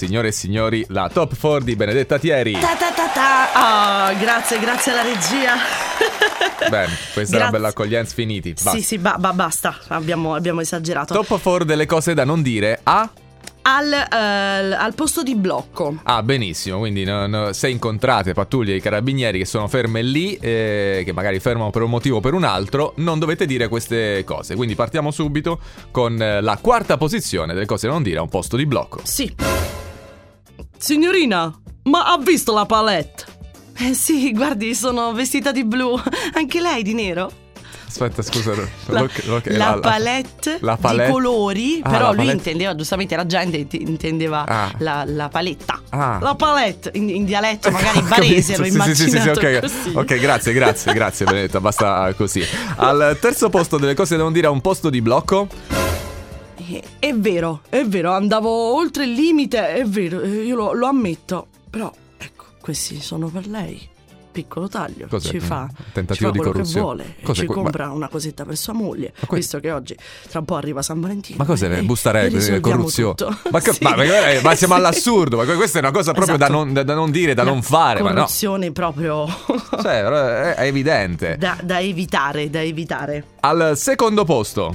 signore e signori, la top 4 di Benedetta Thieri. Oh, grazie alla regia. Bene, questa è una bella accoglienza, finiti. Basta. Sì, basta, abbiamo esagerato. Top 4 delle cose da non dire a... Al posto di blocco. Ah, benissimo, quindi se incontrate pattuglie di carabinieri che sono ferme lì, che magari fermano per un motivo o per un altro, non dovete dire queste cose. Quindi partiamo subito con la quarta posizione delle cose da non dire a un posto di blocco. Sì. Signorina, ma ha visto la palette? Sì, guardi, sono vestita di blu. Anche lei di nero? Aspetta, scusa. La palette di colori. Però lui palette. intendeva, giustamente la gente intendeva la paletta. La palette in dialetto magari barese, lo immaginato così. Ok, grazie Benedetta, basta così. Al terzo posto delle cose da non dire a un posto di blocco. È vero, andavo oltre il limite, è vero, io lo ammetto. Però, ecco, questi sono per lei. Piccolo taglio. Cos'è? Ci fa tentativo di corruzione. Che vuole. Ci compra una cosetta per sua moglie, visto che oggi tra un po' arriva San Valentino. Ma cos'è? Bustareggi, corruzione? Sì. Ma siamo all'assurdo. Ma questa è una cosa proprio da non dire, da non fare. Corruzione, ma no. Proprio cioè, è evidente. Da evitare. Al secondo posto.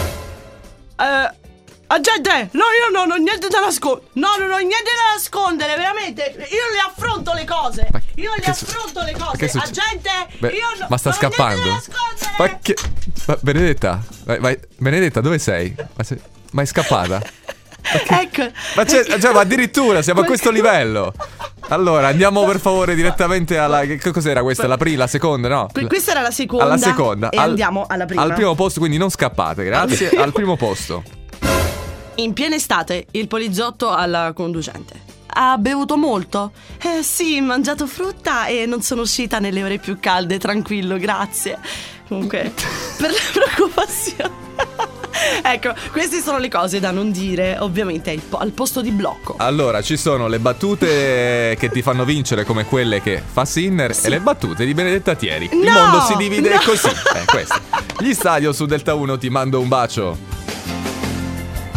Agente, no, io non ho niente da nascondere. No, non ho niente da nascondere, veramente. Io le affronto le cose. Agente, ma sta scappando. Ma Benedetta, vai, Benedetta, dove sei? Ma è scappata? Ecco. Ma addirittura siamo a questo livello. Allora, andiamo per favore direttamente alla... Che cos'era questa? La seconda, no? Questa era la seconda. Alla seconda. E andiamo alla prima. Al primo posto, quindi non scappate, grazie. Al primo posto. In piena estate, il poliziotto alla conducente. Ha bevuto molto? Sì, mangiato frutta e non sono uscita nelle ore più calde, tranquillo, grazie. Comunque, per la preoccupazione. Ecco, queste sono le cose da non dire, ovviamente, al posto di blocco. Allora, ci sono le battute che ti fanno vincere, come quelle che fa Sinner, e le battute di Benedetta Thieri. Il mondo si divide così. Questo. Gli Stadio su Delta 1, ti mando un bacio.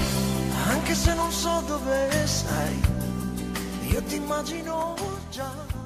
Anche se non so dove sei, io ti immagino già.